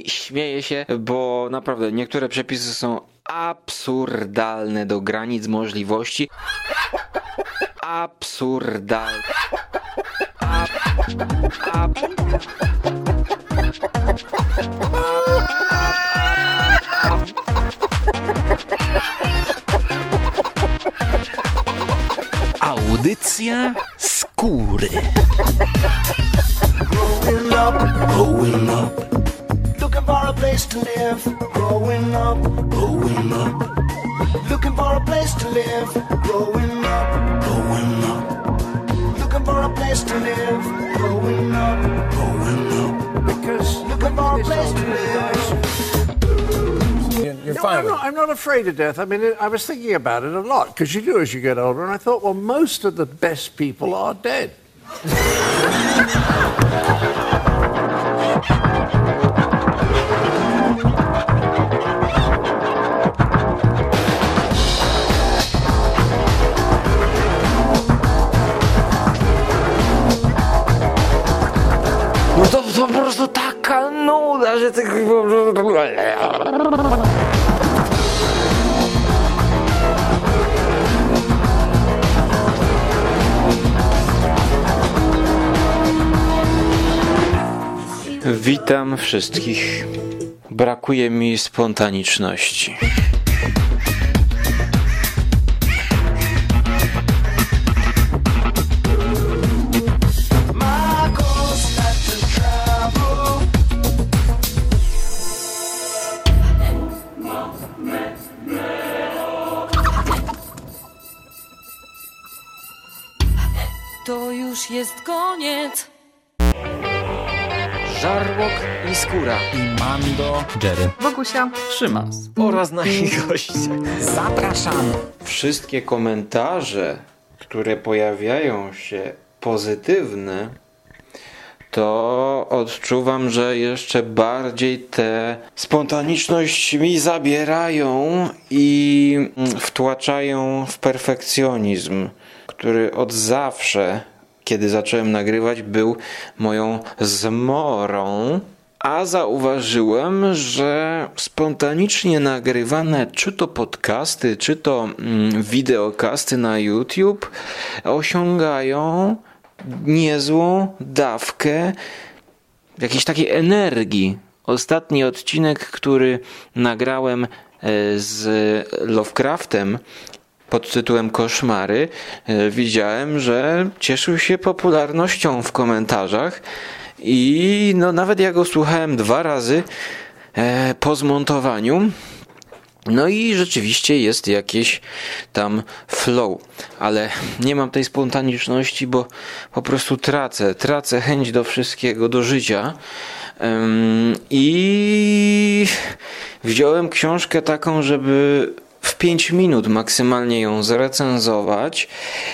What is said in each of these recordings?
śmieję się, bo naprawdę niektóre przepisy są absurdalne do granic możliwości. Absurdalne. Audycja skóry. Growing up, looking for a place to live. Growing up, looking for a place to live. Growing up, looking for a place to live. Growing up, because looking for a place to live. You're fine. I'm not afraid of death. I mean, I was thinking about it a lot, because you do as you get older, and I thought, well, most of the best people are dead. No to po prostu taka nuda, że tak po prostu... Witam wszystkich. Brakuje mi spontaniczności. To już jest koniec. Żarłok i Skóra I Mando, Jerry, Bogusia, Szymas oraz nasi goście. zapraszam. Wszystkie komentarze, które pojawiają się pozytywne, to odczuwam, że jeszcze bardziej tę spontaniczność mi zabierają i wtłaczają w perfekcjonizm, który od zawsze, kiedy zacząłem nagrywać, był moją zmorą. A zauważyłem, że spontanicznie nagrywane czy to podcasty, czy to wideokasty na YouTube osiągają niezłą dawkę jakiejś takiej energii. Ostatni odcinek, który nagrałem z Lovecraftem pod tytułem Koszmary, widziałem, że cieszył się popularnością w komentarzach i no nawet ja go słuchałem 2 razy po zmontowaniu. No i rzeczywiście jest jakieś tam flow, ale nie mam tej spontaniczności, bo po prostu tracę chęć do wszystkiego, do życia. I wziąłem książkę taką, żeby w 5 minut maksymalnie ją zrecenzować,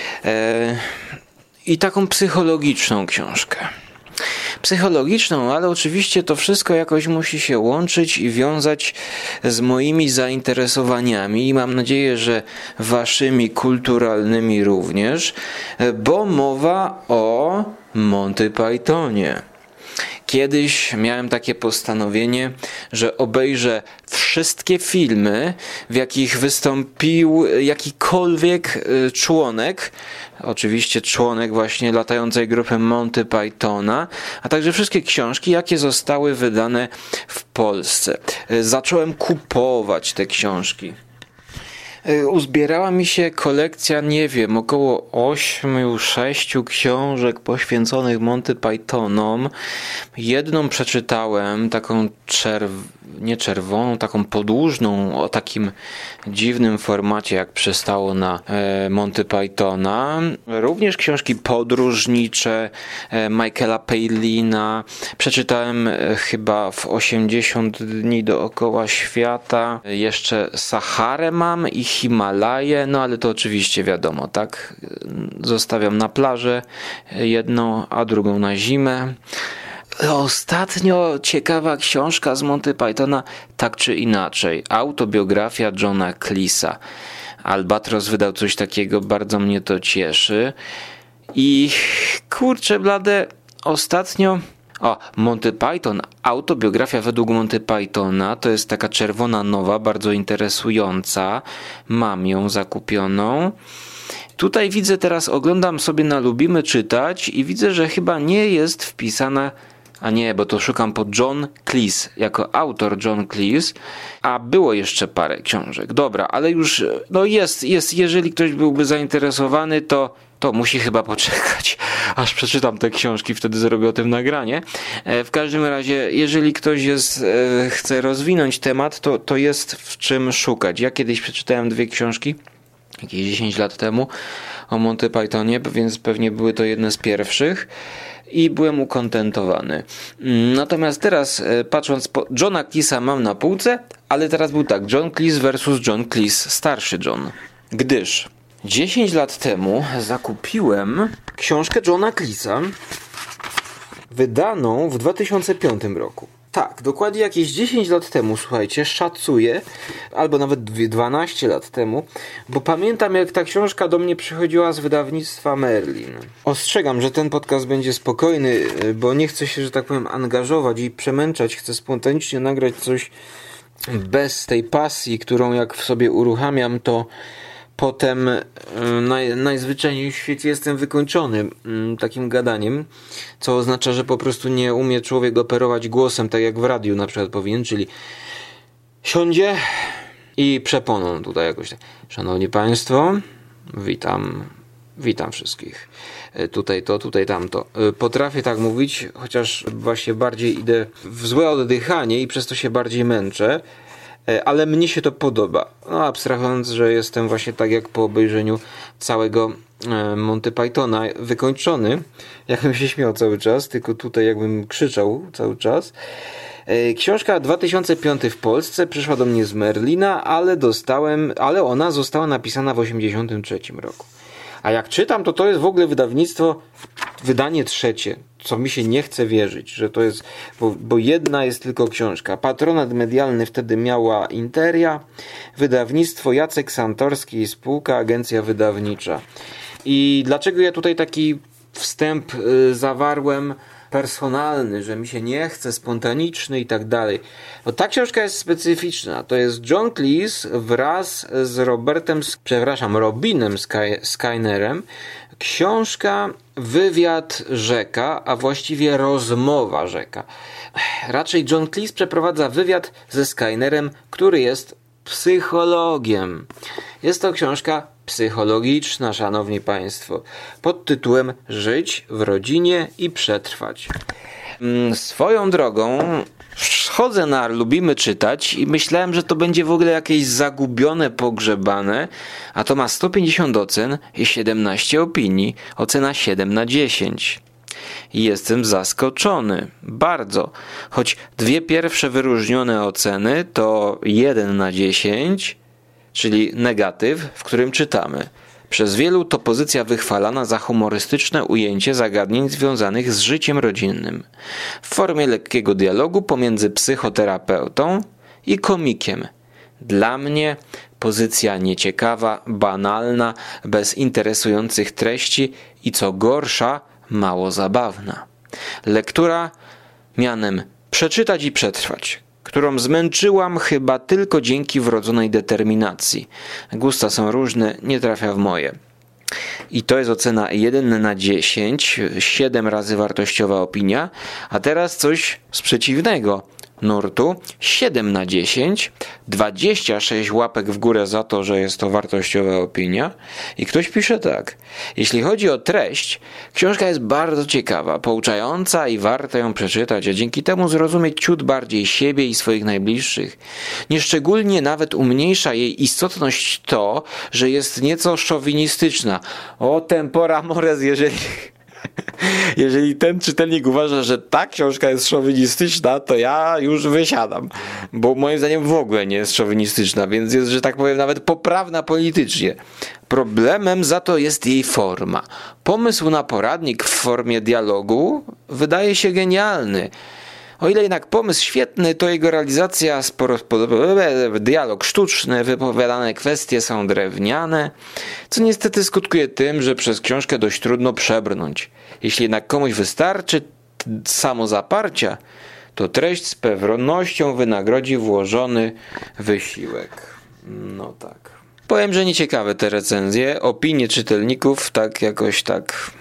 i taką psychologiczną książkę. Psychologiczną, ale oczywiście to wszystko jakoś musi się łączyć i wiązać z moimi zainteresowaniami i mam nadzieję, że waszymi kulturalnymi również, bo mowa o Monty Pythonie. Kiedyś miałem takie postanowienie, że obejrzę wszystkie filmy, w jakich wystąpił jakikolwiek członek, oczywiście członek właśnie latającej grupy Monty Pythona, a także wszystkie książki, jakie zostały wydane w Polsce. Zacząłem kupować te książki. Uzbierała mi się kolekcja, nie wiem, około 8-6 książek poświęconych Monty Pythonom. Jedną przeczytałem, taką nie czerwoną, taką podłużną, o takim dziwnym formacie, jak przystało na Monty Pythona. Również książki podróżnicze Michaela Palina. Przeczytałem chyba w 80 dni dookoła świata. Jeszcze Saharę mam i Himalaje, no ale to oczywiście wiadomo, tak? Zostawiam na plażę jedną, a drugą na zimę. Ostatnio ciekawa książka z Monty Pythona, tak czy inaczej. Autobiografia Johna Cleesa. Albatros wydał coś takiego, bardzo mnie to cieszy. I kurczę blade, ostatnio O, Monty Python, autobiografia według Monty Pythona, to jest taka czerwona nowa, bardzo interesująca. Mam ją zakupioną. Tutaj widzę teraz, oglądam sobie na Lubimy Czytać i widzę, że chyba nie jest wpisana, a nie, bo to szukam po John Cleese, jako autor John Cleese, a było jeszcze parę książek. Dobra, ale już, no jest, jeżeli ktoś byłby zainteresowany, to musi chyba poczekać, aż przeczytam te książki, wtedy zrobię o tym nagranie. W każdym razie, jeżeli ktoś chce rozwinąć temat, to jest w czym szukać. Ja kiedyś przeczytałem 2 książki, jakieś 10 lat temu, o Monty Pythonie, więc pewnie były to jedne z pierwszych i byłem ukontentowany. Natomiast teraz, patrząc Johna Cleese'a mam na półce, ale teraz był tak, John Cleese versus John Cleese, starszy John. Gdyż 10 lat temu zakupiłem książkę Johna Cleese'a wydaną w 2005 roku. Tak, dokładnie jakieś 10 lat temu, słuchajcie, szacuję, albo nawet 12 lat temu, bo pamiętam, jak ta książka do mnie przychodziła z wydawnictwa Merlin. Ostrzegam, że ten podcast będzie spokojny, bo nie chcę się, że tak powiem, angażować i przemęczać, chcę spontanicznie nagrać coś bez tej pasji, którą jak w sobie uruchamiam, to potem najzwyczajniej w świecie jestem wykończony takim gadaniem, co oznacza, że po prostu nie umie człowiek operować głosem tak jak w radiu na przykład powinien, czyli siądzie i przeponą tutaj jakoś tak. Szanowni Państwo, witam wszystkich. Tutaj to, tutaj tamto. Potrafię tak mówić, chociaż właśnie bardziej idę w złe oddychanie i przez to się bardziej męczę. Ale mnie się to podoba. No, abstrahując, że jestem właśnie tak jak po obejrzeniu całego Monty Pythona wykończony, jakbym się śmiał cały czas, tylko tutaj jakbym krzyczał cały czas. Książka 2005 w Polsce przyszła do mnie z Merlina, ale ona została napisana w 1983 roku. A jak czytam, to jest w ogóle wydanie trzecie, co mi się nie chce wierzyć, że to jest, bo jedna jest tylko książka. Patronat medialny wtedy miała Interia, wydawnictwo Jacek Santorski i spółka, agencja wydawnicza. I dlaczego ja tutaj taki wstęp zawarłem personalny, że mi się nie chce, spontaniczny i tak dalej. Bo ta książka jest specyficzna. To jest John Cleese wraz z Robinem Skynerem. Książka Wywiad rzeka, a właściwie rozmowa rzeka. Raczej John Cleese przeprowadza wywiad ze Skynerem, który jest psychologiem. Jest to książka psychologiczna, szanowni państwo, pod tytułem Żyć w rodzinie i przetrwać. Swoją drogą chodzę na Lubimy Czytać i myślałem, że to będzie w ogóle jakieś zagubione, pogrzebane, a to ma 150 ocen i 17 opinii, ocena 7/10. I jestem zaskoczony, bardzo. Choć 2 pierwsze wyróżnione oceny to 1/10, czyli negatyw, w którym czytamy: przez wielu to pozycja wychwalana za humorystyczne ujęcie zagadnień związanych z życiem rodzinnym w formie lekkiego dialogu pomiędzy psychoterapeutą i komikiem. Dla mnie pozycja nieciekawa, banalna, bez interesujących treści i co gorsza, mało zabawna. Lektura mianem przeczytać i przetrwać, którą zmęczyłam chyba tylko dzięki wrodzonej determinacji. Gusta są różne, nie trafia w moje. I to jest ocena 1/10, 7 razy wartościowa opinia, a teraz coś z przeciwnego nurtu, 7/10, 26 łapek w górę za to, że jest to wartościowa opinia i ktoś pisze tak: jeśli chodzi o treść, książka jest bardzo ciekawa, pouczająca i warto ją przeczytać, a dzięki temu zrozumieć ciut bardziej siebie i swoich najbliższych. Nieszczególnie nawet umniejsza jej istotność to, że jest nieco szowinistyczna. O tempora mores, jeżeli ten czytelnik uważa, że ta książka jest szowinistyczna, to ja już wysiadam, bo moim zdaniem w ogóle nie jest szowinistyczna, więc jest, że tak powiem, nawet poprawna politycznie. Problemem za to jest jej forma. Pomysł na poradnik w formie dialogu wydaje się genialny. O ile jednak pomysł świetny, to jego realizacja dialog sztuczny, wypowiadane kwestie są drewniane, co niestety skutkuje tym, że przez książkę dość trudno przebrnąć. Jeśli jednak komuś wystarczy samozaparcia, to treść z pewnością wynagrodzi włożony wysiłek. No tak. Powiem, że nieciekawe te recenzje. Opinie czytelników tak jakoś tak...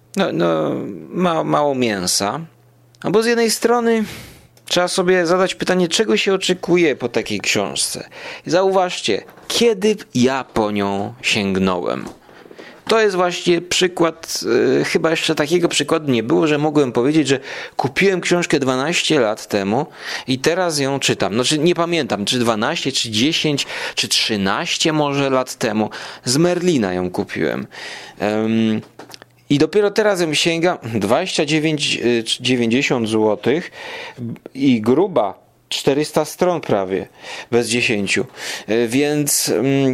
mało mięsa. No bo z jednej strony trzeba sobie zadać pytanie, czego się oczekuje po takiej książce. I zauważcie, kiedy ja po nią sięgnąłem. To jest właśnie przykład, chyba jeszcze takiego przykładu nie było, że mogłem powiedzieć, że kupiłem książkę 12 lat temu i teraz ją czytam. Znaczy nie pamiętam, czy 12, czy 10, czy 13 może lat temu. Z Merlina ją kupiłem. I dopiero teraz ją sięgam 29,90 zł i gruba 400 stron prawie, bez 10. Więc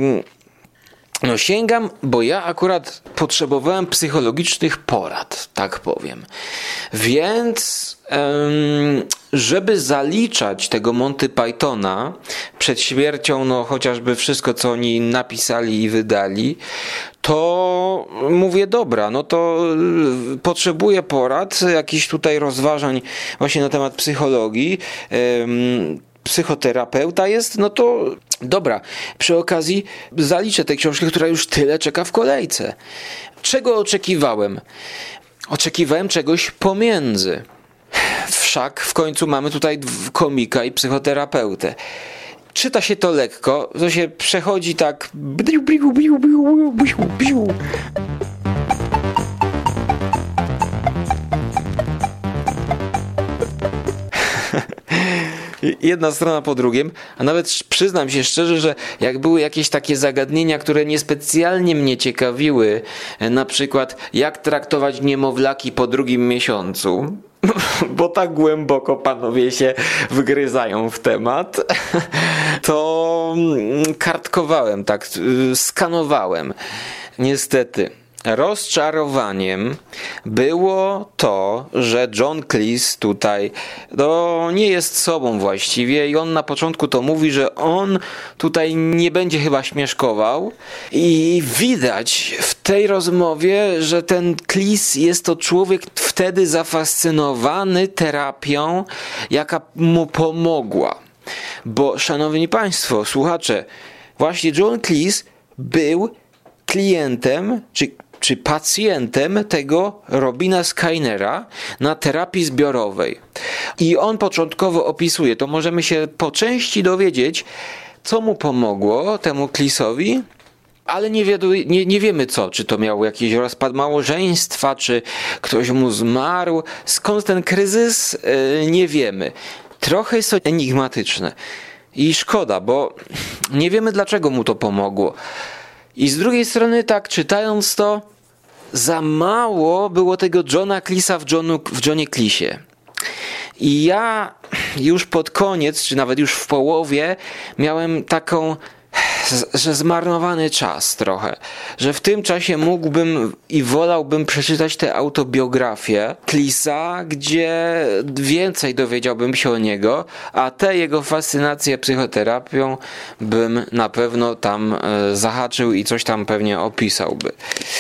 sięgam, bo ja akurat potrzebowałem psychologicznych porad, tak powiem. Więc żeby zaliczać tego Monty Pythona przed śmiercią, chociażby wszystko, co oni napisali i wydali, to mówię, dobra, to potrzebuję porad, jakichś tutaj rozważań właśnie na temat psychologii. Psychoterapeuta jest, to dobra, przy okazji zaliczę tę książkę, która już tyle czeka w kolejce. Czego oczekiwałem? Oczekiwałem czegoś pomiędzy. Wszak w końcu mamy tutaj komika i psychoterapeutę. Czyta się to lekko, to się przechodzi tak... Jedna strona po drugim, a nawet przyznam się szczerze, że jak były jakieś takie zagadnienia, które niespecjalnie mnie ciekawiły, na przykład jak traktować niemowlaki po 2. miesiącu, bo tak głęboko panowie się wgryzają w temat, to kartkowałem, tak, skanowałem. Niestety. Rozczarowaniem było to, że John Cleese tutaj nie jest sobą właściwie i on na początku to mówi, że on tutaj nie będzie chyba śmieszkował i widać w tej rozmowie, że ten Cleese jest to człowiek wtedy zafascynowany terapią, jaka mu pomogła. Bo szanowni państwo, słuchacze, właśnie John Cleese był klientem, czy pacjentem tego Robina Skynera na terapii zbiorowej. I on początkowo opisuje, to możemy się po części dowiedzieć, co mu pomogło temu Cleese'owi, ale nie wiemy co, czy to miał jakiś rozpad małżeństwa, czy ktoś mu zmarł. Skąd ten kryzys? Nie wiemy. Trochę jest to enigmatyczne. I szkoda, bo nie wiemy, dlaczego mu to pomogło. I z drugiej strony, tak czytając to, za mało było tego Johna Cleese'a w Johnie Cleese'ie. I ja już pod koniec, czy nawet już w połowie, miałem taką, że zmarnowany czas trochę. Że w tym czasie mógłbym i wolałbym przeczytać tę autobiografię Cleese'a, gdzie więcej dowiedziałbym się o niego, a tę jego fascynację psychoterapią bym na pewno tam zahaczył i coś tam pewnie opisałby.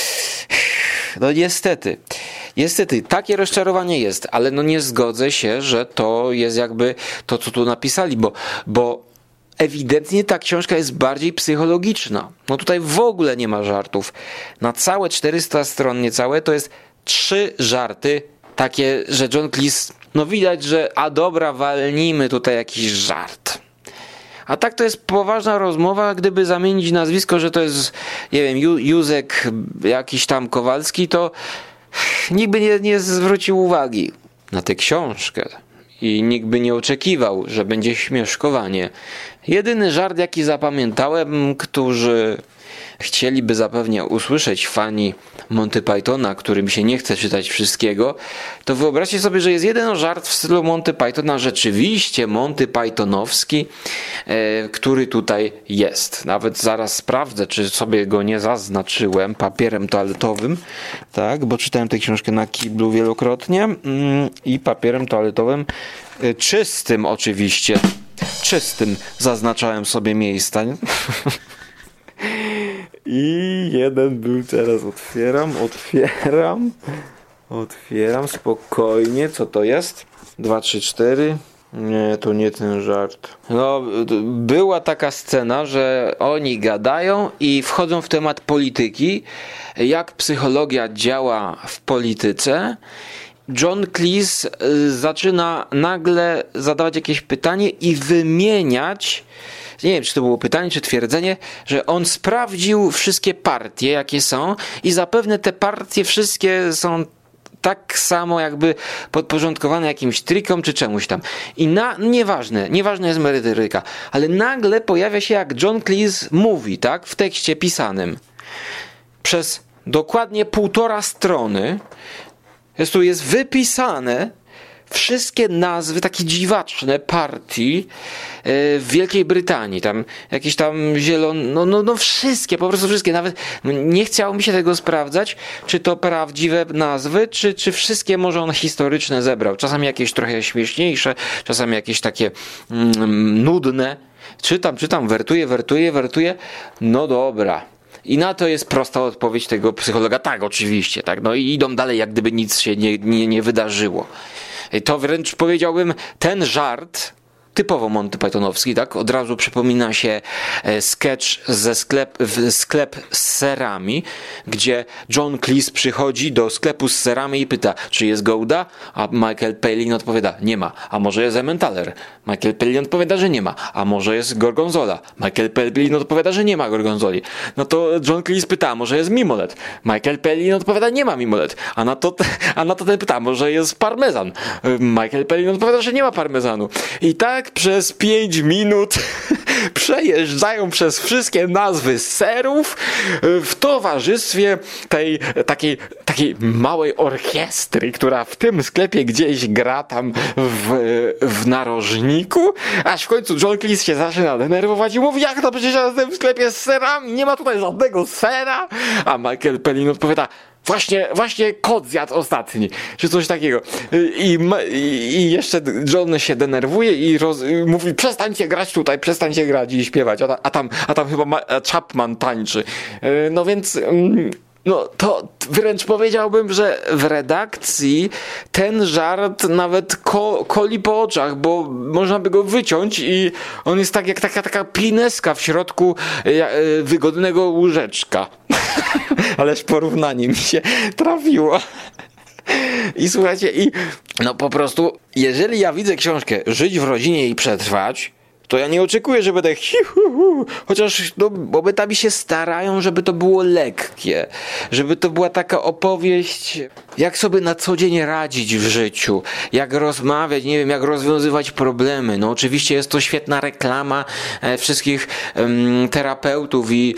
Niestety, takie rozczarowanie jest, ale nie zgodzę się, że to jest jakby to, co tu napisali, bo ewidentnie ta książka jest bardziej psychologiczna. Tutaj w ogóle nie ma żartów. Na całe 400 stron niecałe to jest 3 żarty, takie, że John Cleese, widać, że dobra, walnijmy tutaj jakiś żart. A tak to jest poważna rozmowa, gdyby zamienić nazwisko, że to jest, nie wiem, Józek jakiś tam Kowalski, to nikt by nie zwrócił uwagi na tę książkę. I nikt by nie oczekiwał, że będzie śmieszkowanie. Jedyny żart, jaki zapamiętałem, którzy chcieliby zapewne usłyszeć fani Monty Pythona, którym się nie chce czytać wszystkiego, to wyobraźcie sobie, że jest jeden żart w stylu Monty Pythona, rzeczywiście Monty Pythonowski, który tutaj jest. Nawet zaraz sprawdzę, czy sobie go nie zaznaczyłem papierem toaletowym, tak, bo czytałem tę książkę na kiblu wielokrotnie i papierem toaletowym czystym oczywiście, czystym zaznaczałem sobie miejsca. I jeden był, teraz otwieram. Otwieram spokojnie. Co to jest? 2, 3, 4. Nie, to nie ten żart. No, była taka scena, że oni gadają i wchodzą w temat polityki, jak psychologia działa w polityce. John Cleese zaczyna nagle zadawać jakieś pytanie i wymieniać, nie wiem, czy to było pytanie, czy twierdzenie, że on sprawdził wszystkie partie, jakie są i zapewne te partie wszystkie są tak samo jakby podporządkowane jakimś trikom czy czemuś tam. I nieważne jest merytoryka, ale nagle pojawia się, jak John Cleese mówi, tak, w tekście pisanym. Przez dokładnie 1,5 strony jest wypisane wszystkie nazwy takie dziwaczne partii w Wielkiej Brytanii, tam jakieś tam wszystkie, po prostu wszystkie, nawet nie chciało mi się tego sprawdzać, czy to prawdziwe nazwy, czy wszystkie może on historyczne zebrał, czasami jakieś trochę śmieszniejsze, czasami jakieś takie nudne, czytam, wertuję, no dobra. I na to jest prosta odpowiedź tego psychologa, tak, oczywiście, tak, no i idą dalej, jak gdyby nic się nie wydarzyło. To wręcz powiedziałbym, ten żart, typowo Monty Pythonowski, tak? Od razu przypomina się sketch sklep z serami, gdzie John Cleese przychodzi do sklepu z serami i pyta, czy jest Gouda? A Michael Palin odpowiada, nie ma. A może jest Emmentaler? Michael Palin odpowiada, że nie ma. A może jest Gorgonzola? Michael Palin odpowiada, że nie ma Gorgonzoli. No to John Cleese pyta, może jest Mimolet? Michael Palin odpowiada, nie ma Mimolet. A na to ten pyta, może jest parmezan? Michael Palin odpowiada, że nie ma parmezanu. I tak przez 5 minut przejeżdżają przez wszystkie nazwy serów w towarzystwie tej takiej małej orkiestry, która w tym sklepie gdzieś gra tam w narożniku, aż w końcu John Cleese się zaczyna denerwować i mówi, jak to przecież ja jestem w sklepie z serami, nie ma tutaj żadnego sera, a Michael Palin odpowiada, Właśnie kot zjadł ostatni, czy coś takiego. I jeszcze John się denerwuje i mówi, przestańcie grać tutaj, przestańcie grać i śpiewać, a tam chyba Chapman tańczy. No więc... No to wręcz powiedziałbym, że w redakcji ten żart nawet koli po oczach, bo można by go wyciąć i on jest tak jak taka pineska w środku wygodnego łóżeczka. Ależ porównanie mi się trafiło. I słuchajcie, no po prostu, jeżeli ja widzę książkę Żyć w rodzinie i przetrwać, to ja nie oczekuję, że będę chociaż obetami się starają, żeby to było lekkie, żeby to była taka opowieść, jak sobie na co dzień radzić w życiu, jak rozmawiać, nie wiem, jak rozwiązywać problemy. No oczywiście jest to świetna reklama wszystkich terapeutów i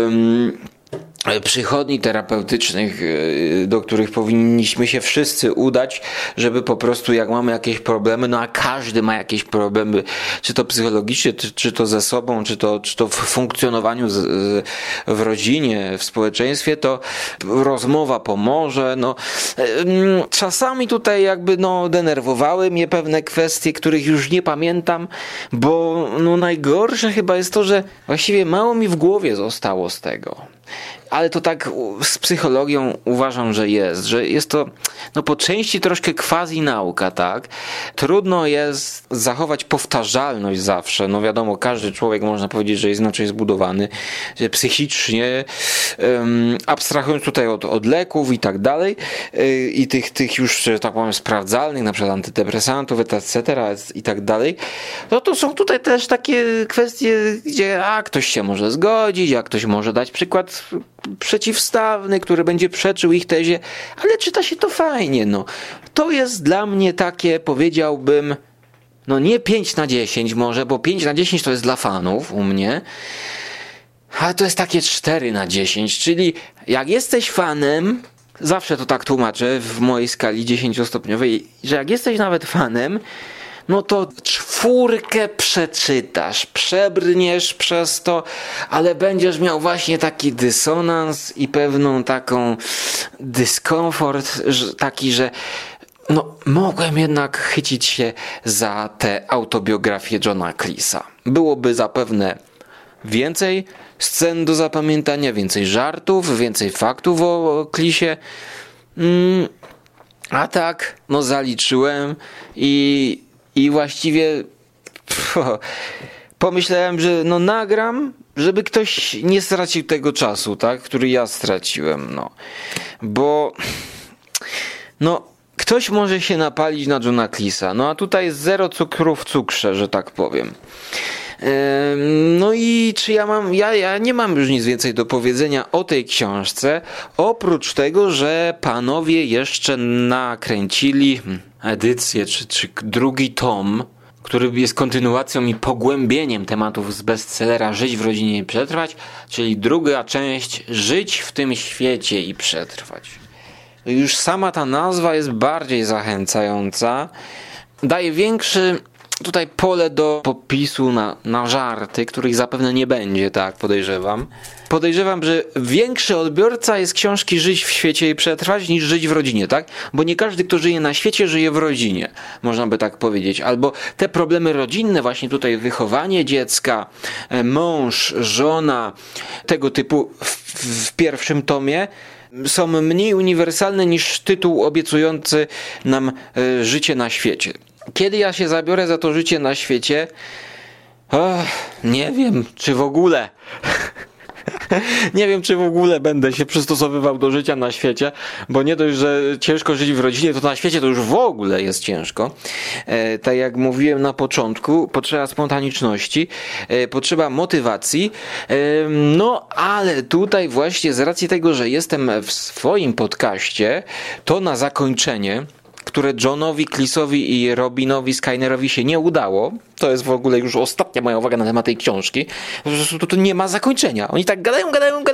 przychodni terapeutycznych, do których powinniśmy się wszyscy udać, żeby po prostu jak mamy jakieś problemy, no a każdy ma jakieś problemy, czy to psychologicznie, czy to ze sobą, czy to w funkcjonowaniu w rodzinie, w społeczeństwie, to rozmowa pomoże. No, czasami tutaj jakby denerwowały mnie pewne kwestie, których już nie pamiętam, bo najgorsze chyba jest to, że właściwie mało mi w głowie zostało z tego. Ale to tak z psychologią uważam, że jest to po części troszkę quasi nauka, tak? Trudno jest zachować powtarzalność zawsze. No wiadomo, każdy człowiek można powiedzieć, że jest inaczej zbudowany, że psychicznie, abstrahując tutaj od leków i tak dalej, i tych już, że tak powiem, sprawdzalnych, na przykład antydepresantów, etc. i tak dalej, no to są tutaj też takie kwestie, gdzie ktoś się może zgodzić, a ktoś może dać przykład przeciwstawny, który będzie przeczył ich tezie, ale czyta się to fajnie, To jest dla mnie takie, powiedziałbym, nie 5/10 może, bo 5/10 to jest dla fanów u mnie, ale to jest takie 4/10, czyli jak jesteś fanem, zawsze to tak tłumaczę w mojej skali 10-stopniowej, że jak jesteś nawet fanem, no to 4 przeczytasz, przebrniesz przez to, ale będziesz miał właśnie taki dysonans i pewną taką dyskomfort taki, że mogłem jednak chycić się za tę autobiografię Johna Cleese'a. Byłoby zapewne więcej scen do zapamiętania, więcej żartów, więcej faktów o Cleese'ie. A tak, no zaliczyłem i właściwie pomyślałem, że no nagram, żeby ktoś nie stracił tego czasu, tak, który ja straciłem, no. Bo no ktoś może się napalić na Johna Cleese'a, no a tutaj zero cukru w cukrze, że tak powiem. No i czy ja nie mam już nic więcej do powiedzenia o tej książce, oprócz tego, że panowie jeszcze nakręcili edycję, czy drugi tom, który jest kontynuacją i pogłębieniem tematów z bestsellera Żyć w rodzinie i przetrwać, czyli druga część Żyć w tym świecie i przetrwać. Już sama ta nazwa jest bardziej zachęcająca, daje większy tutaj pole do popisu na żarty, których zapewne nie będzie, tak podejrzewam. Podejrzewam, że większy odbiorca jest książki Żyć w świecie i przetrwać niż Żyć w rodzinie, tak? Bo nie każdy, kto żyje na świecie, żyje w rodzinie, można by tak powiedzieć. Albo te problemy rodzinne, właśnie tutaj wychowanie dziecka, mąż, żona, tego typu w pierwszym tomie są mniej uniwersalne niż tytuł obiecujący nam życie na świecie. Kiedy ja się zabiorę za to życie na świecie? Nie wiem, czy w ogóle. Nie wiem, czy w ogóle będę się przystosowywał do życia na świecie, bo nie dość, że ciężko żyć w rodzinie, to na świecie to już w ogóle jest ciężko. Tak jak mówiłem na początku, potrzeba spontaniczności, potrzeba motywacji, no ale tutaj właśnie z racji tego, że jestem w swoim podcaście, to na zakończenie, które Johnowi Cleese'owi i Robinowi Skynerowi się nie udało. To jest w ogóle już ostatnia moja uwaga na temat tej książki. Po prostu to nie ma zakończenia. Oni tak gadają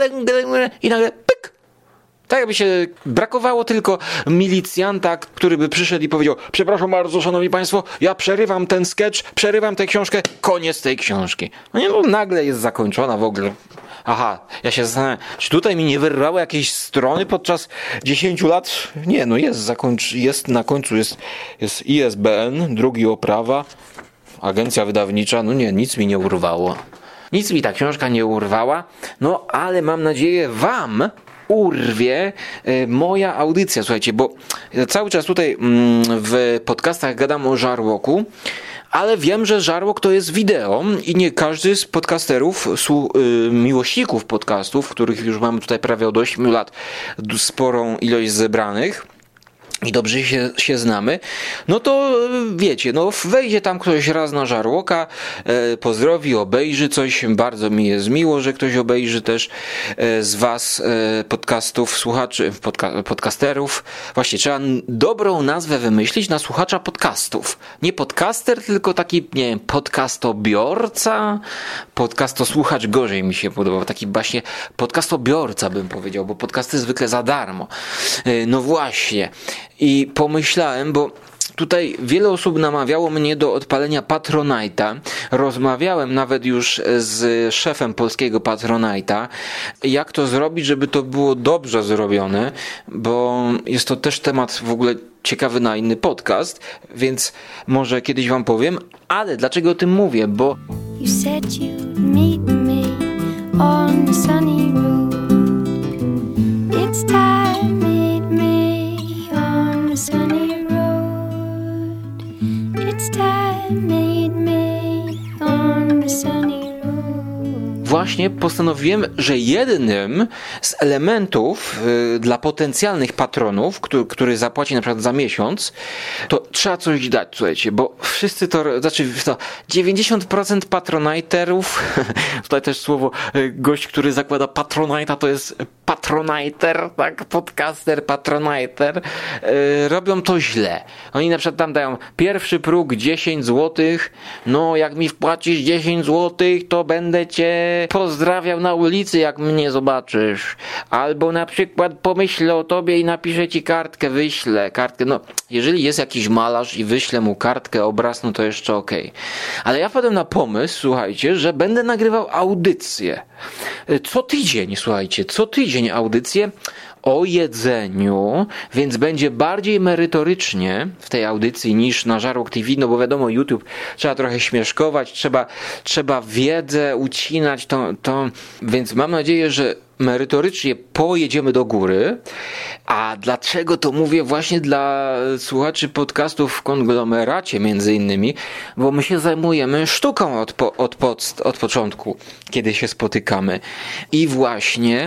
i nagle pyk! Tak jakby się brakowało tylko milicjanta, który by przyszedł i powiedział: przepraszam bardzo, szanowni państwo, ja przerywam ten sketch, przerywam tę książkę, koniec tej książki. No nie, no nagle jest zakończona w ogóle. Aha, ja się zastanawiam, czy tutaj mi nie wyrwały jakieś strony podczas 10 lat? Nie, no jest na końcu, jest ISBN, drugi oprawa, agencja wydawnicza, no nie, nic mi nie urwało. Nic mi ta książka nie urwała, no ale mam nadzieję wam urwie moja audycja, słuchajcie, bo cały czas tutaj w podcastach gadam o żarłoku, ale wiem, że żarłok to jest wideo i nie każdy z podcasterów, miłośników podcastów, których już mamy tutaj prawie od 8 lat sporą ilość zebranych i dobrze się znamy, no to wiecie, no wejdzie tam ktoś raz na żarłoka, pozdrowi, obejrzy coś, bardzo mi jest miło, że ktoś obejrzy też z was podcastów, słuchaczy, podcasterów. Właśnie trzeba dobrą nazwę wymyślić na słuchacza podcastów. Nie podcaster, tylko taki, nie wiem, podcastobiorca, podcastosłuchacz gorzej mi się podobał, taki właśnie podcastobiorca bym powiedział, bo podcasty zwykle za darmo. No właśnie. I pomyślałem, bo tutaj wiele osób namawiało mnie do odpalenia Patronite'a. Rozmawiałem nawet już z szefem polskiego Patronite'a, jak to zrobić, żeby to było dobrze zrobione, bo jest to też temat w ogóle ciekawy na inny podcast, więc może kiedyś wam powiem, ale dlaczego o tym mówię, bo You said you'd meet me on the sunny road. It's time, meet me on the sunny road. It's time, meet me on the sunny road. właśnie postanowiłem, że jednym z elementów dla potencjalnych patronów, który zapłaci na przykład za miesiąc, to trzeba coś dać, słuchajcie, bo wszyscy to, znaczy 90% patroniterów, tutaj też słowo gość, który zakłada Patronite'a, to jest patroniter, tak, podcaster, patroniter, robią to źle. Oni na przykład tam dają pierwszy próg 10 zł, no jak mi wpłacisz 10 zł, to będę cię pozdrawiał na ulicy, jak mnie zobaczysz. Albo na przykład pomyślę o tobie i napiszę ci kartkę, wyślę kartkę. No, jeżeli jest jakiś malarz i wyślę mu kartkę, obraz, no to jeszcze okej. Ale ja wpadłem na pomysł, słuchajcie, że będę nagrywał audycję. Co tydzień, słuchajcie, co tydzień audycję o jedzeniu, więc będzie bardziej merytorycznie w tej audycji niż na Żarłok TV, no bo wiadomo, YouTube trzeba trochę śmieszkować, trzeba wiedzę ucinać, więc mam nadzieję, że merytorycznie pojedziemy do góry. A dlaczego to mówię właśnie dla słuchaczy podcastów w konglomeracie między innymi? Bo my się zajmujemy sztuką od początku, kiedy się spotykamy. I właśnie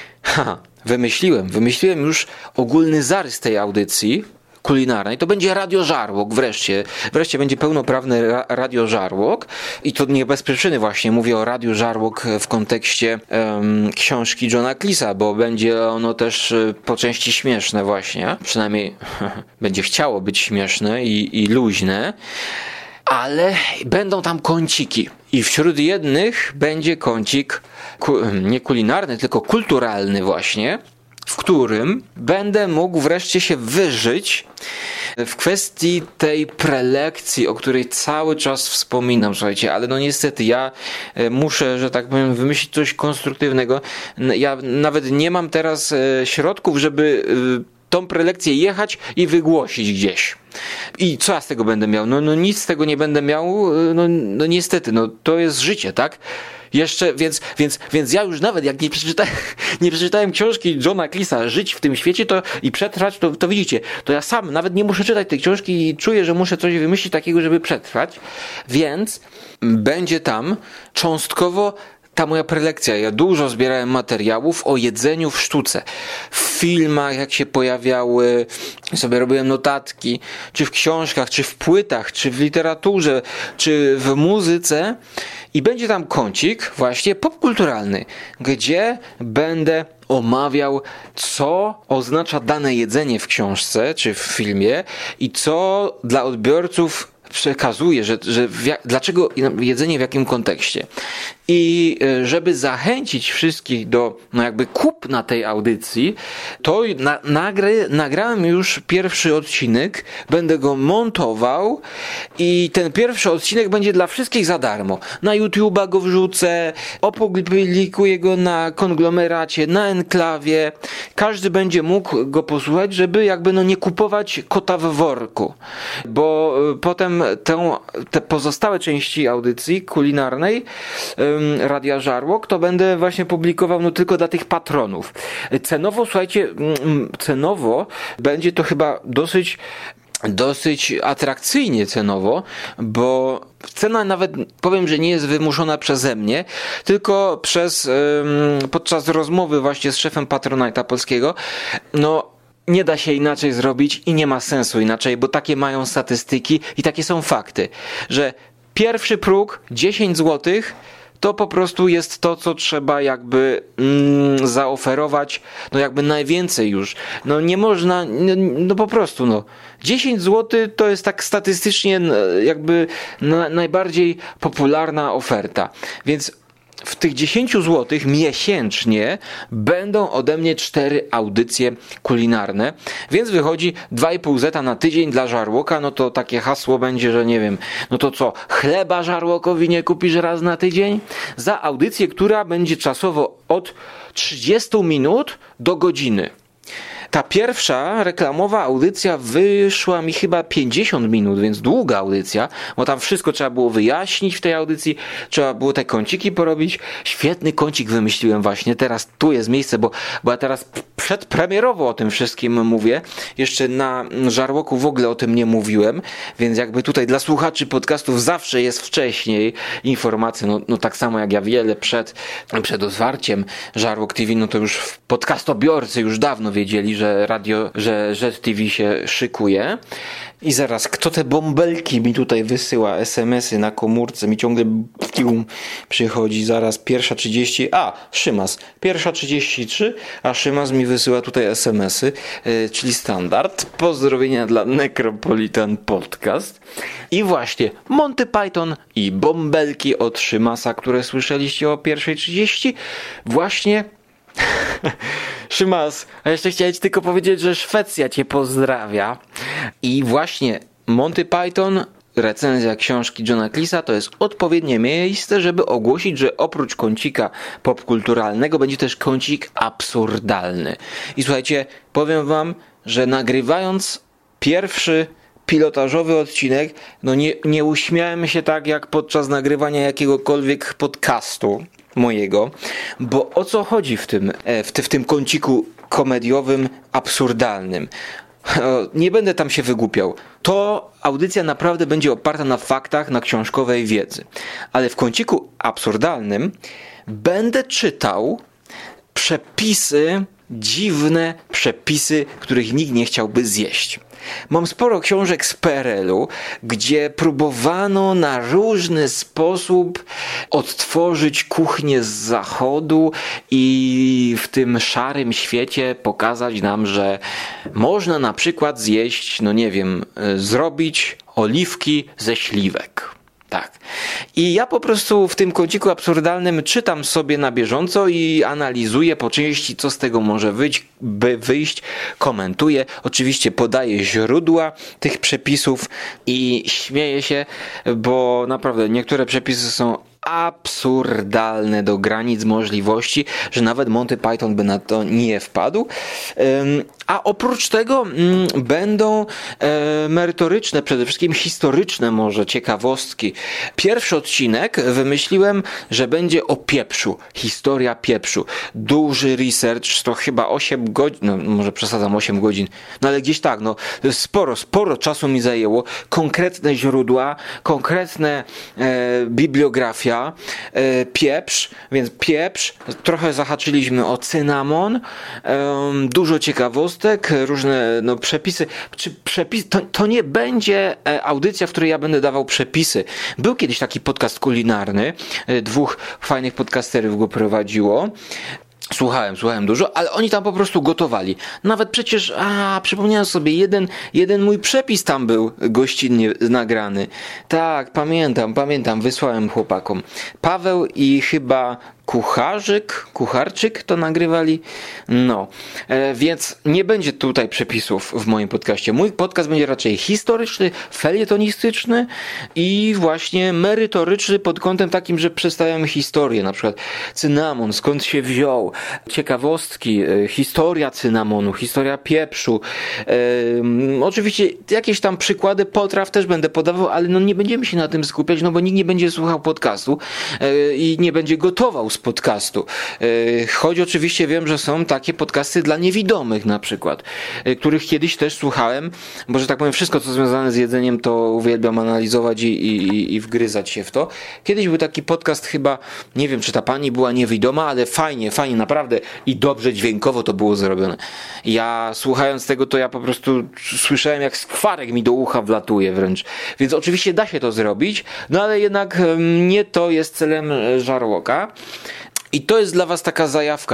wymyśliłem już ogólny zarys tej audycji kulinarnej. To będzie Radio Żarłok wreszcie. Wreszcie będzie pełnoprawny Radio Żarłok i to nie bez przyczyny właśnie mówię o Radiu Żarłok w kontekście książki Johna Cleesa, bo będzie ono też po części śmieszne właśnie. Przynajmniej będzie chciało być śmieszne i luźne. Ale będą tam kąciki. I wśród jednych będzie kącik nie kulinarny, tylko kulturalny właśnie, w którym będę mógł wreszcie się wyżyć w kwestii tej prelekcji, o której cały czas wspominam, słuchajcie, ale no niestety ja muszę, że tak powiem, wymyślić coś konstruktywnego. Ja nawet nie mam teraz środków, żeby tą prelekcję jechać i wygłosić gdzieś. I co ja z tego będę miał? No nic z tego nie będę miał, no niestety, no to jest życie, tak? Jeszcze, więc ja już nawet jak nie przeczytałem książki Johna Cleesa Żyć w tym świecie i przetrwać, to widzicie, to ja sam nawet nie muszę czytać tej książki i czuję, że muszę coś wymyślić takiego, żeby przetrwać, więc będzie tam cząstkowo ta moja prelekcja. Ja dużo zbierałem materiałów o jedzeniu w sztuce. W filmach, jak się pojawiały, sobie robiłem notatki, czy w książkach, czy w płytach, czy w literaturze, czy w muzyce. I będzie tam kącik właśnie popkulturalny, gdzie będę omawiał, co oznacza dane jedzenie w książce, czy w filmie i co dla odbiorców przekazuje, dlaczego jedzenie w jakim kontekście. I żeby zachęcić wszystkich do jakby kupna tej audycji, to nagrałem już pierwszy odcinek, będę go montował i ten pierwszy odcinek będzie dla wszystkich za darmo. Na YouTube'a go wrzucę, opublikuję go na konglomeracie, na enklawie. Każdy będzie mógł go posłuchać, żeby jakby nie kupować kota w worku. Bo potem te pozostałe części audycji kulinarnej Radia Żarłok to będę właśnie publikował tylko dla tych patronów. Cenowo, słuchajcie, będzie to chyba dosyć atrakcyjnie cenowo, bo cena nawet powiem, że nie jest wymuszona przeze mnie, tylko podczas rozmowy właśnie z szefem Patronite'a polskiego, nie da się inaczej zrobić i nie ma sensu inaczej, bo takie mają statystyki i takie są fakty, że pierwszy próg 10 zł to po prostu jest to, co trzeba jakby zaoferować, jakby najwięcej już. Nie można, po prostu 10 zł to jest tak statystycznie jakby najbardziej popularna oferta. Więc w tych 10 zł miesięcznie będą ode mnie 4 audycje kulinarne, więc wychodzi 2,5 zeta na tydzień dla Żarłoka, to takie hasło będzie, że nie wiem, to co, chleba Żarłokowi nie kupisz raz na tydzień? Za audycję, która będzie czasowo od 30 minut do godziny. Ta pierwsza reklamowa audycja wyszła mi chyba 50 minut, więc długa audycja, bo tam wszystko trzeba było wyjaśnić w tej audycji, trzeba było te kąciki porobić. Świetny kącik wymyśliłem właśnie, teraz tu jest miejsce, bo ja teraz przedpremierowo o tym wszystkim mówię. Jeszcze na Żarłoku w ogóle o tym nie mówiłem, więc jakby tutaj dla słuchaczy podcastów zawsze jest wcześniej informacje, tak samo jak ja wiele przed otwarciem Żarłok TV, to już podcastobiorcy już dawno wiedzieli, że TV się szykuje. I zaraz, kto te bąbelki mi tutaj wysyła, SMS-y na komórce, mi ciągle przychodzi, zaraz 1:30, Szymas, 1:33, a Szymas mi wysyła tutaj SMS-y, czyli standard. Pozdrowienia dla Necropolitan Podcast. I właśnie Monty Python i bąbelki od Szymasa, które słyszeliście o 1:30, właśnie Szymas, a jeszcze chciałem ci tylko powiedzieć, że Szwecja cię pozdrawia. I właśnie Monty Python, recenzja książki Johna Cleesa to jest odpowiednie miejsce, żeby ogłosić, że oprócz kącika popkulturalnego będzie też kącik absurdalny. I słuchajcie, powiem wam, że nagrywając pierwszy pilotażowy odcinek, nie uśmiałem się tak jak podczas nagrywania jakiegokolwiek podcastu. mojego, bo o co chodzi w tym kąciku komediowym, absurdalnym? Nie będę tam się wygłupiał. To audycja naprawdę będzie oparta na faktach, na książkowej wiedzy. Ale w kąciku absurdalnym będę czytał przepisy, dziwne przepisy, których nikt nie chciałby zjeść. Mam sporo książek z PRL-u, gdzie próbowano na różny sposób odtworzyć kuchnię z zachodu i w tym szarym świecie pokazać nam, że można na przykład zjeść, zrobić oliwki ze śliwek. Tak. I ja po prostu w tym kąciku absurdalnym czytam sobie na bieżąco i analizuję po części, co z tego może wyjść, komentuję. Oczywiście podaję źródła tych przepisów i śmieję się, bo naprawdę niektóre przepisy są absurdalne do granic możliwości, że nawet Monty Python by na to nie wpadł. A oprócz tego będą merytoryczne, przede wszystkim historyczne może ciekawostki. Pierwszy odcinek wymyśliłem, że będzie o pieprzu. Historia pieprzu. Duży research, to chyba 8 godzin, może przesadzam 8 godzin, ale gdzieś tak, sporo czasu mi zajęło. Konkretne źródła, konkretne bibliografia, pieprz, więc pieprz, trochę zahaczyliśmy o cynamon, dużo ciekawostek, różne przepisy. To nie będzie audycja, w której ja będę dawał przepisy. Był kiedyś taki podcast kulinarny, 2 fajnych podcasterów go prowadziło. Słuchałem dużo, ale oni tam po prostu gotowali. Nawet przecież, przypomniałem sobie, jeden mój przepis tam był gościnnie nagrany. Tak, pamiętam, wysłałem chłopakom. Paweł i chyba Kucharczyk to nagrywali. Więc nie będzie tutaj przepisów w moim podcaście. Mój podcast będzie raczej historyczny, felietonistyczny i właśnie merytoryczny pod kątem takim, że przedstawiamy historię, na przykład cynamon, skąd się wziął, ciekawostki, historia cynamonu, historia pieprzu. Oczywiście jakieś tam przykłady potraw też będę podawał, ale nie będziemy się na tym skupiać, bo nikt nie będzie słuchał podcastu i nie będzie gotował z podcastu. Choć oczywiście wiem, że są takie podcasty dla niewidomych na przykład, których kiedyś też słuchałem, bo że tak powiem wszystko co związane z jedzeniem to uwielbiam analizować i wgryzać się w to. Kiedyś był taki podcast chyba, nie wiem czy ta pani była niewidoma, ale fajnie naprawdę i dobrze dźwiękowo to było zrobione. Ja słuchając tego to ja po prostu słyszałem jak skwarek mi do ucha wlatuje wręcz. Więc oczywiście da się to zrobić, ale jednak nie to jest celem Żarłoka. I to jest dla was taka zajawka,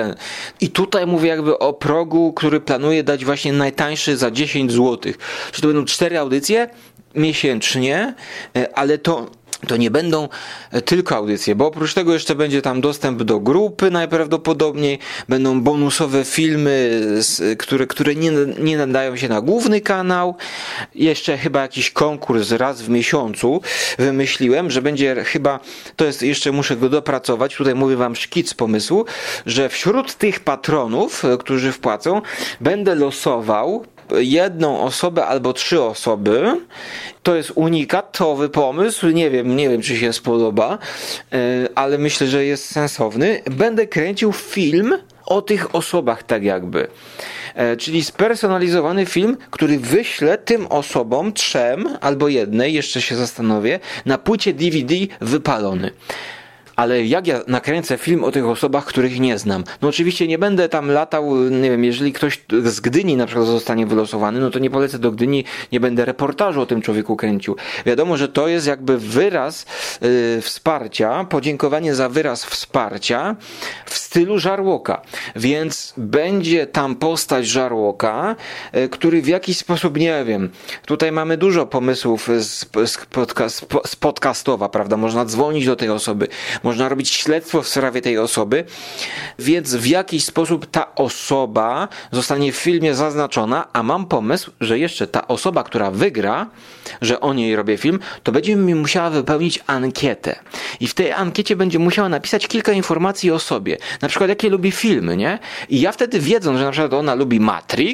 I tutaj mówię jakby o progu, który planuję dać właśnie najtańszy za 10 zł. Czy to będą 4 audycje miesięcznie, ale to nie będą tylko audycje, bo oprócz tego jeszcze będzie tam dostęp do grupy najprawdopodobniej, będą bonusowe filmy, które nie nadają się na główny kanał, jeszcze chyba jakiś konkurs raz w miesiącu wymyśliłem, że będzie chyba, to jest jeszcze muszę go dopracować, tutaj mówię wam szkic pomysłu, że wśród tych patronów, którzy wpłacą, będę losował jedną osobę albo 3 osoby. To jest unikatowy pomysł, nie wiem czy się spodoba, ale myślę, że jest sensowny. Będę kręcił film o tych osobach tak jakby. Czyli spersonalizowany film, który wyślę tym osobom 3 albo 1, jeszcze się zastanowię, na płycie DVD wypalony. Ale jak ja nakręcę film o tych osobach, których nie znam? Oczywiście nie będę tam latał, nie wiem, jeżeli ktoś z Gdyni na przykład zostanie wylosowany, to nie polecę do Gdyni, nie będę reportażu o tym człowieku kręcił. Wiadomo, że to jest jakby wyraz wsparcia, podziękowanie za wyraz wsparcia w stylu Żarłoka. Więc będzie tam postać Żarłoka, który w jakiś sposób, nie wiem, tutaj mamy dużo pomysłów z podcastowa, prawda? Można dzwonić do tej osoby, można robić śledztwo w sprawie tej osoby, więc w jakiś sposób ta osoba zostanie w filmie zaznaczona, a mam pomysł, że jeszcze ta osoba, która wygra, że o niej robię film, to będzie mi musiała wypełnić ankietę. I w tej ankiecie będzie musiała napisać kilka informacji o sobie. Na przykład jakie lubi filmy, nie? I ja wtedy wiedząc, że na przykład ona lubi Matrix,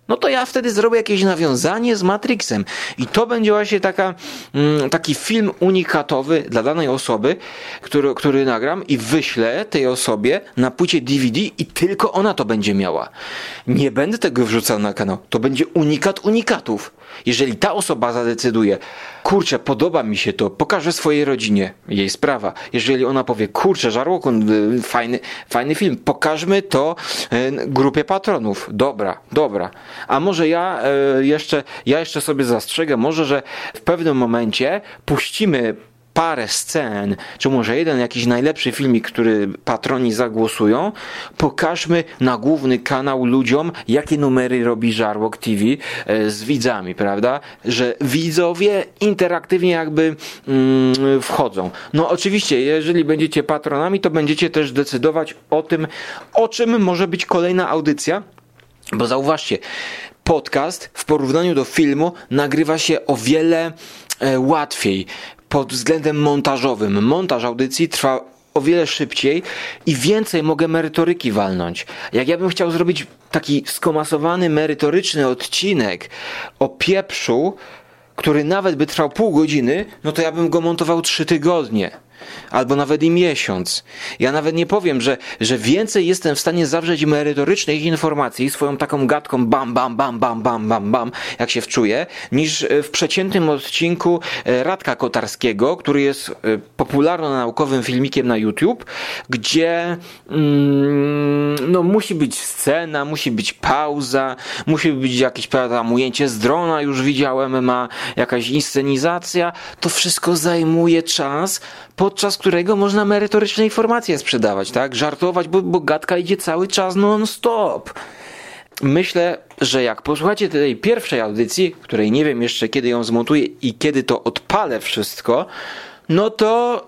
no to ja wtedy zrobię jakieś nawiązanie z Matrixem i to będzie właśnie taki film unikatowy dla danej osoby, który nagram i wyślę tej osobie na płycie DVD i tylko ona to będzie miała. Nie będę tego wrzucał na kanał. To będzie unikat unikatów. Jeżeli ta osoba zadecyduje, kurczę, podoba mi się to, pokażę swojej rodzinie, jej sprawa. Jeżeli ona powie, kurczę, Żarłokon, fajny film, pokażmy to grupie patronów. Dobra. A może ja jeszcze sobie zastrzegę, może, że w pewnym momencie puścimy parę scen, czy może jeden jakiś najlepszy filmik, który patroni zagłosują, pokażmy na główny kanał ludziom, jakie numery robi Żarłok TV z widzami, prawda? Że widzowie interaktywnie jakby wchodzą. No oczywiście, jeżeli będziecie patronami, to będziecie też decydować o tym, o czym może być kolejna audycja, bo zauważcie, podcast w porównaniu do filmu nagrywa się o wiele łatwiej pod względem montażowym. Montaż audycji trwa o wiele szybciej i więcej mogę merytoryki walnąć. Jak ja bym chciał zrobić taki skomasowany, merytoryczny odcinek o pieprzu, który nawet by trwał pół godziny, no to ja bym go montował 3 tygodnie. Albo nawet i miesiąc. Ja nawet nie powiem, że więcej jestem w stanie zawrzeć merytorycznych informacji swoją taką gadką bam, jak się wczuję, niż w przeciętnym odcinku Radka Kotarskiego, który jest popularno-naukowym filmikiem na YouTube, gdzie no musi być scena, musi być pauza, musi być jakieś ujęcie z drona, już widziałem, ma jakaś inscenizacja. To wszystko zajmuje czas, podczas którego można merytoryczne informacje sprzedawać, tak? Żartować, bo gadka idzie cały czas non-stop. Myślę, że jak posłuchacie tej pierwszej audycji, której nie wiem jeszcze kiedy ją zmontuję i kiedy to odpalę wszystko, no to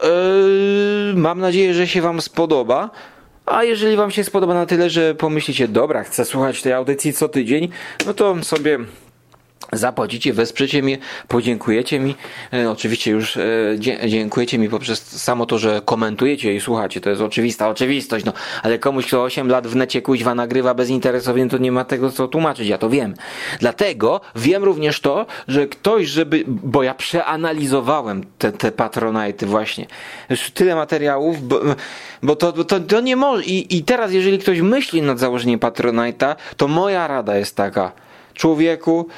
mam nadzieję, że się wam spodoba. A jeżeli wam się spodoba na tyle, że pomyślicie, dobra, chcę słuchać tej audycji co tydzień, no to sobie zapłacicie, wesprzecie mnie, podziękujecie mi. Oczywiście już dziękujecie mi poprzez samo to, że komentujecie i słuchacie. To jest oczywista oczywistość, no. Ale komuś, kto 8 lat w necie kuźwa nagrywa bezinteresownie, to nie ma tego co tłumaczyć. Ja to wiem. Dlatego wiem również to, że ktoś, bo ja przeanalizowałem te Patronite'y właśnie. Już tyle materiałów, bo to nie może. I teraz, jeżeli ktoś myśli nad założeniem Patronite'a, to moja rada jest taka. Człowieku,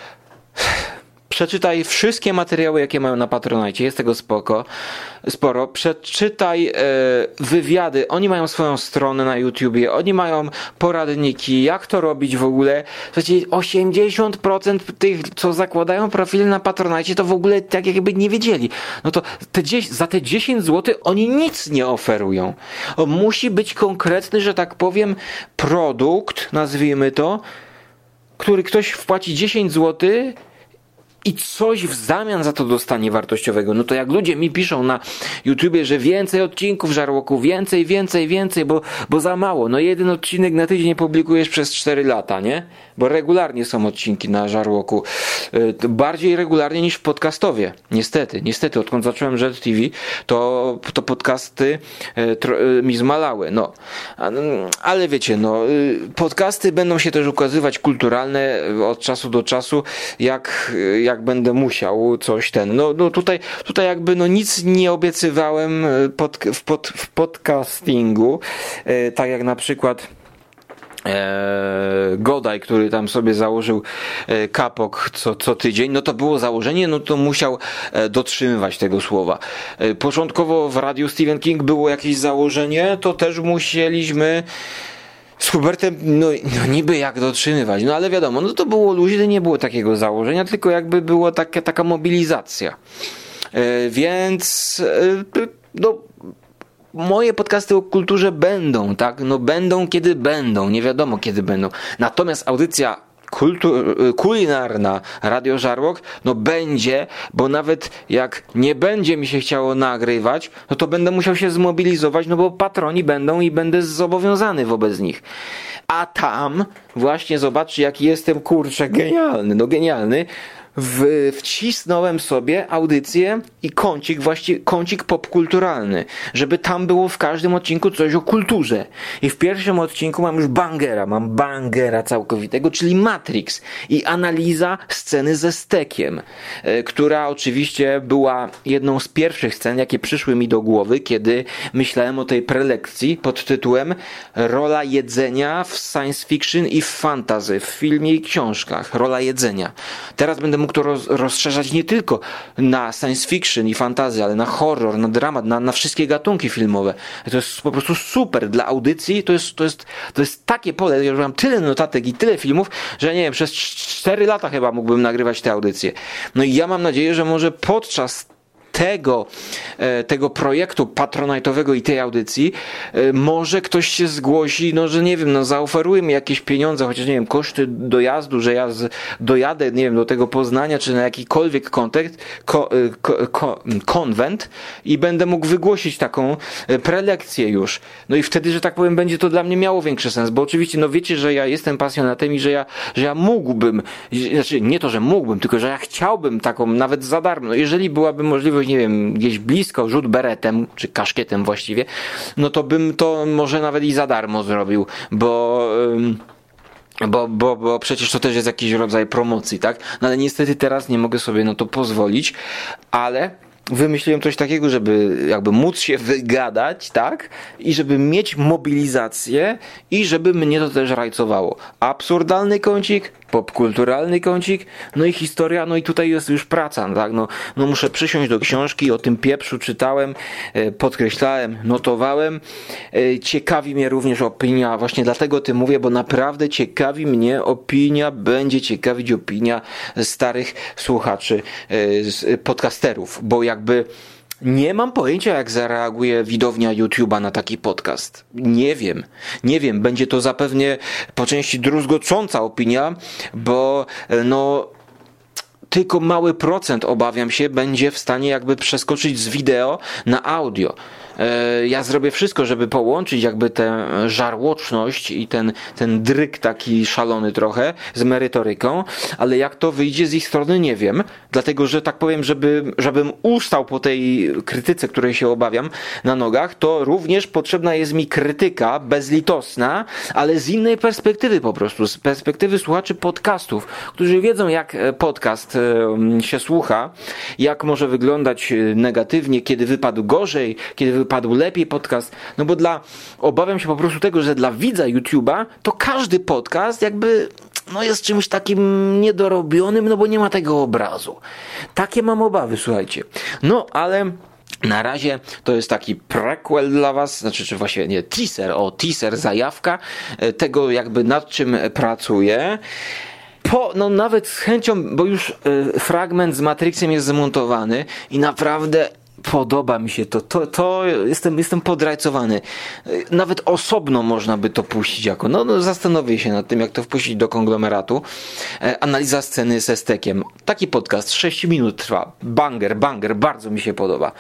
przeczytaj wszystkie materiały, jakie mają na Patronite. Jest tego sporo. Przeczytaj wywiady. Oni mają swoją stronę na YouTubie. Oni mają poradniki, jak to robić w ogóle. Słuchajcie, 80% tych, co zakładają profile na Patronite, to w ogóle tak jakby nie wiedzieli. No to za te 10 zł oni nic nie oferują. Musi być konkretny, że tak powiem, produkt, nazwijmy to, który ktoś wpłaci 10 zł i coś w zamian za to dostanie wartościowego. No to jak ludzie mi piszą na YouTubie, że więcej odcinków Żarłoku, więcej, bo za mało. No jeden odcinek na tydzień publikujesz przez 4 lata, nie? Bo regularnie są odcinki na Żarłoku. Bardziej regularnie niż w podcastowie. Niestety, odkąd zacząłem Jet TV, to podcasty mi zmalały. No. Ale wiecie, no, podcasty będą się też ukazywać kulturalne od czasu do czasu, jak będę musiał coś no tutaj jakby no nic nie obiecywałem w podcastingu, tak jak na przykład Godaj, który tam sobie założył kapok co tydzień, no to było założenie, no to musiał dotrzymywać tego słowa. Początkowo w radiu Stephen King było jakieś założenie, to też musieliśmy z Hubertem, no niby jak dotrzymywać, no ale wiadomo, no to było luźne, nie było takiego założenia, tylko jakby było taka mobilizacja. Więc no moje podcasty o kulturze będą, tak? No będą kiedy będą, nie wiadomo kiedy będą. Natomiast audycja kulinarna Radio Żarłok, no będzie, bo nawet jak nie będzie mi się chciało nagrywać, no to będę musiał się zmobilizować, no bo patroni będą i będę zobowiązany wobec nich. A tam właśnie zobaczcie, jaki jestem, kurczę, genialny. wcisnąłem sobie audycję i kącik popkulturalny, żeby tam było w każdym odcinku coś o kulturze. I w pierwszym odcinku mam już bangera całkowitego, czyli Matrix i analiza sceny ze stekiem, która oczywiście była jedną z pierwszych scen, jakie przyszły mi do głowy, kiedy myślałem o tej prelekcji pod tytułem Rola jedzenia w science fiction i w fantasy, w filmie i książkach. Rola jedzenia. Teraz będę mógł to rozszerzać nie tylko na science fiction i fantasy, ale na horror, na dramat, na wszystkie gatunki filmowe. To jest po prostu super. Dla audycji to jest takie pole, że mam tyle notatek i tyle filmów, że nie wiem, przez 4 lata chyba mógłbym nagrywać te audycje. No i ja mam nadzieję, że może podczas tego projektu patronite'owego i tej audycji może ktoś się zgłosi, no że nie wiem, zaoferuje mi jakieś pieniądze, chociaż nie wiem, koszty dojazdu, że ja dojadę, nie wiem, do tego Poznania, czy na jakikolwiek konwent i będę mógł wygłosić taką prelekcję już. No i wtedy, że tak powiem, będzie to dla mnie miało większy sens, bo oczywiście, no wiecie, że ja jestem pasjonatem i że ja mógłbym, znaczy nie to, że mógłbym, tylko że ja chciałbym taką, nawet za darmo, no jeżeli byłaby możliwość, nie wiem, gdzieś blisko, rzut beretem, czy kaszkietem właściwie, no to bym to może nawet i za darmo zrobił, bo przecież to też jest jakiś rodzaj promocji, tak? No ale niestety teraz nie mogę sobie na to pozwolić, ale wymyśliłem coś takiego, żeby jakby móc się wygadać, tak? I żeby mieć mobilizację i żeby mnie to też rajcowało. Absurdalny kącik, popkulturalny kącik, no i historia, no i tutaj jest już praca, tak? No muszę przysiąść do książki, o tym pieprzu czytałem, podkreślałem, notowałem. Ciekawi mnie również opinia, właśnie dlatego o tym mówię, bo naprawdę ciekawi mnie opinia, będzie ciekawić opinia starych słuchaczy, podcasterów, bo jakby nie mam pojęcia, jak zareaguje widownia YouTube'a na taki podcast. Nie wiem, będzie to zapewne po części druzgocąca opinia, bo no tylko mały procent, obawiam się, będzie w stanie jakby przeskoczyć z wideo na audio. Ja zrobię wszystko, żeby połączyć jakby tę żarłoczność i ten dryk taki szalony trochę z merytoryką, ale jak to wyjdzie z ich strony, nie wiem. Dlatego, że tak powiem, żebym ustał po tej krytyce, której się obawiam na nogach, to również potrzebna jest mi krytyka bezlitosna, ale z innej perspektywy po prostu, z perspektywy słuchaczy podcastów, którzy wiedzą, jak podcast się słucha, jak może wyglądać negatywnie, kiedy wypadł gorzej, kiedy wypadł lepiej podcast, no bo obawiam się po prostu tego, że dla widza YouTube'a to każdy podcast jakby jest czymś takim niedorobionym, no bo nie ma tego obrazu. Takie mam obawy, słuchajcie. No, ale na razie to jest taki prequel dla was, czy właściwie nie, teaser, zajawka tego jakby nad czym pracuję. Nawet z chęcią, bo już fragment z Matrixem jest zmontowany i naprawdę podoba mi się to jestem podrajcowany. Nawet osobno można by to puścić jako, zastanowię się nad tym, jak to wpuścić do konglomeratu. Analiza sceny ze stekiem. Taki podcast, 6 minut trwa. Banger, bardzo mi się podoba.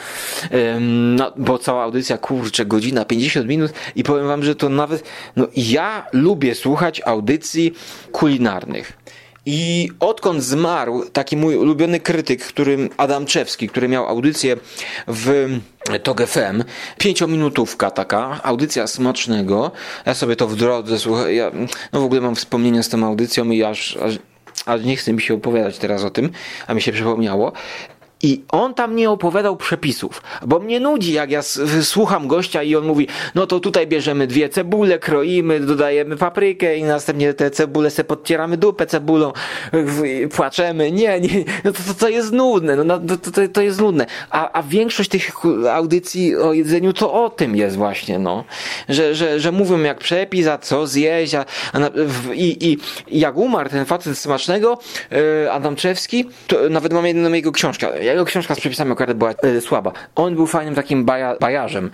Bo cała audycja, godzina, 50 minut i powiem wam, że to nawet, ja lubię słuchać audycji kulinarnych. I odkąd zmarł taki mój ulubiony krytyk, Adamczewski, który miał audycję w TOG FM, 5-minutówka taka, audycja Smacznego, ja sobie to w drodze słucham, ja w ogóle mam wspomnienia z tą audycją i aż nie chcę mi się opowiadać teraz o tym, a mi się przypomniało. I on tam nie opowiadał przepisów, bo mnie nudzi, jak ja słucham gościa i on mówi, to tutaj bierzemy 2 cebule, kroimy, dodajemy paprykę i następnie te cebule se podcieramy dupę cebulą, płaczemy. Nie, to jest nudne, to jest nudne. A większość tych audycji o jedzeniu to o tym jest właśnie, że mówią jak przepis, a co zjeść, i jak umarł ten facet Smacznego, Adamczewski, to nawet mam jedną jego książkę. Jego książka z przepisami akurat była słaba. On był fajnym takim bajarzem.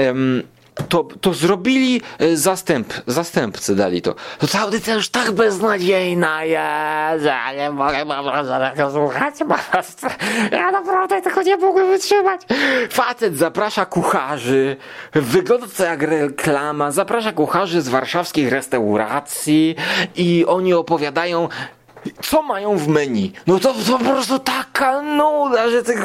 To zrobili zastępcy dali to. To ta audycja już tak beznadziejna jest, że nie mogę tego słuchać. Ja naprawdę tego nie mogłem wytrzymać. Facet zaprasza kucharzy, wygląda to jak reklama, zaprasza kucharzy z warszawskich restauracji i oni opowiadają Co mają w menu? No to po prostu taka nuda, że ty...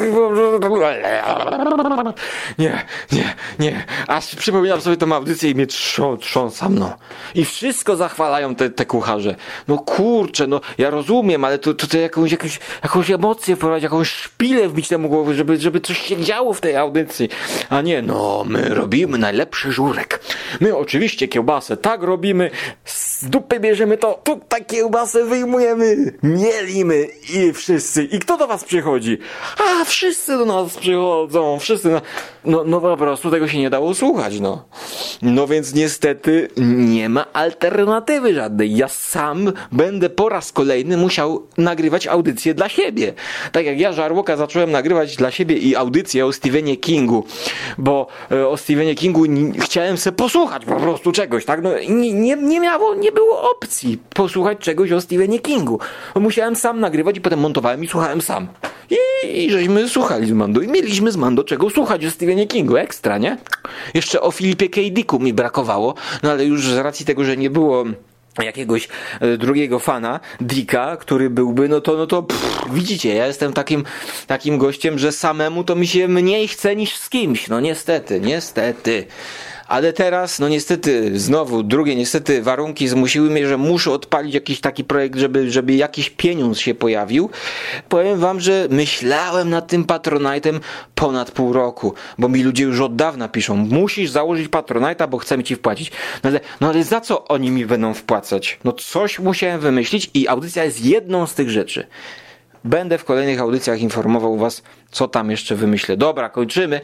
Nie. Aż przypominam sobie tą audycję i mnie trząsam, no. I wszystko zachwalają te kucharze. No kurczę, no ja rozumiem, ale to jakąś emocję wprowadzić, jakąś szpilę wbić temu głowy, żeby coś się działo w tej audycji. A nie, no my robimy najlepszy żurek. My oczywiście kiełbasę tak robimy, z dupy bierzemy to, tutaj kiełbasę wyjmujemy, mielimy i wszyscy. I kto do was przychodzi? A wszyscy do nas przychodzą, wszyscy. No po prostu tego się nie dało słuchać, no. No więc niestety nie ma alternatywy żadnej. Ja sam będę po raz kolejny musiał nagrywać audycję dla siebie. Tak jak ja, Żarłoka, zacząłem nagrywać dla siebie i audycję o Stephenie Kingu, bo o Stephenie Kingu chciałem sobie posłuchać po prostu czegoś, tak? No nie było opcji posłuchać czegoś o Stephenie Kingu. Musiałem sam nagrywać i potem montowałem i słuchałem sam. I żeśmy słuchali z Mando i mieliśmy z Mando czego słuchać o Stephenie Kingu, ekstra, nie? Jeszcze o Philipie K. Dicku mi brakowało, no ale już z racji tego, że nie było jakiegoś drugiego fana Dicka, który byłby, widzicie, ja jestem takim gościem, że samemu to mi się mniej chce niż z kimś, no niestety. Ale teraz, no niestety, znowu niestety warunki zmusiły mnie, że muszę odpalić jakiś taki projekt, żeby jakiś pieniądz się pojawił. Powiem wam, że myślałem nad tym Patronite'em ponad pół roku, bo mi ludzie już od dawna piszą, musisz założyć Patronite'a, bo chcemy ci wpłacić. No ale za co oni mi będą wpłacać? No coś musiałem wymyślić i audycja jest jedną z tych rzeczy. Będę w kolejnych audycjach informował was, co tam jeszcze wymyślę. Dobra, kończymy.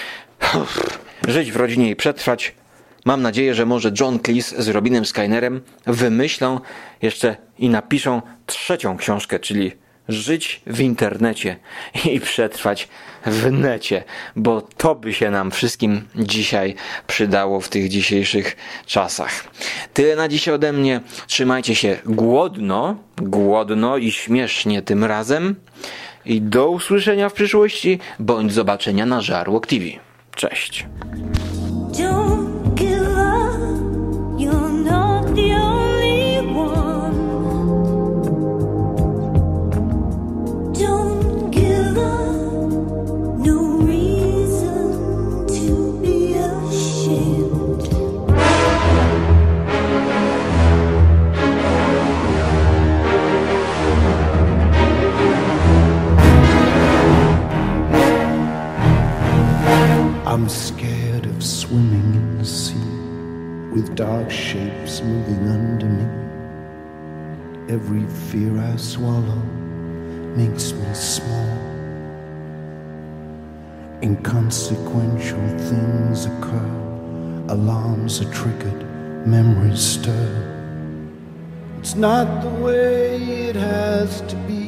Żyć w rodzinie i przetrwać. Mam nadzieję, że może John Cleese z Robinem Skynerem wymyślą jeszcze i napiszą trzecią książkę, czyli Żyć w internecie i przetrwać w necie, bo to by się nam wszystkim dzisiaj przydało w tych dzisiejszych czasach. Tyle na dzisiaj ode mnie. Trzymajcie się głodno i śmiesznie tym razem i do usłyszenia w przyszłości bądź zobaczenia na Żarłok TV. Cześć. Don't give up, you're not the only one. Don't give up, no reason to be ashamed. I'm scared of swimming in the sea with dark shapes moving under me. Every fear I swallow makes me small. Inconsequential things occur, alarms are triggered, memories stir. It's not the way it has to be.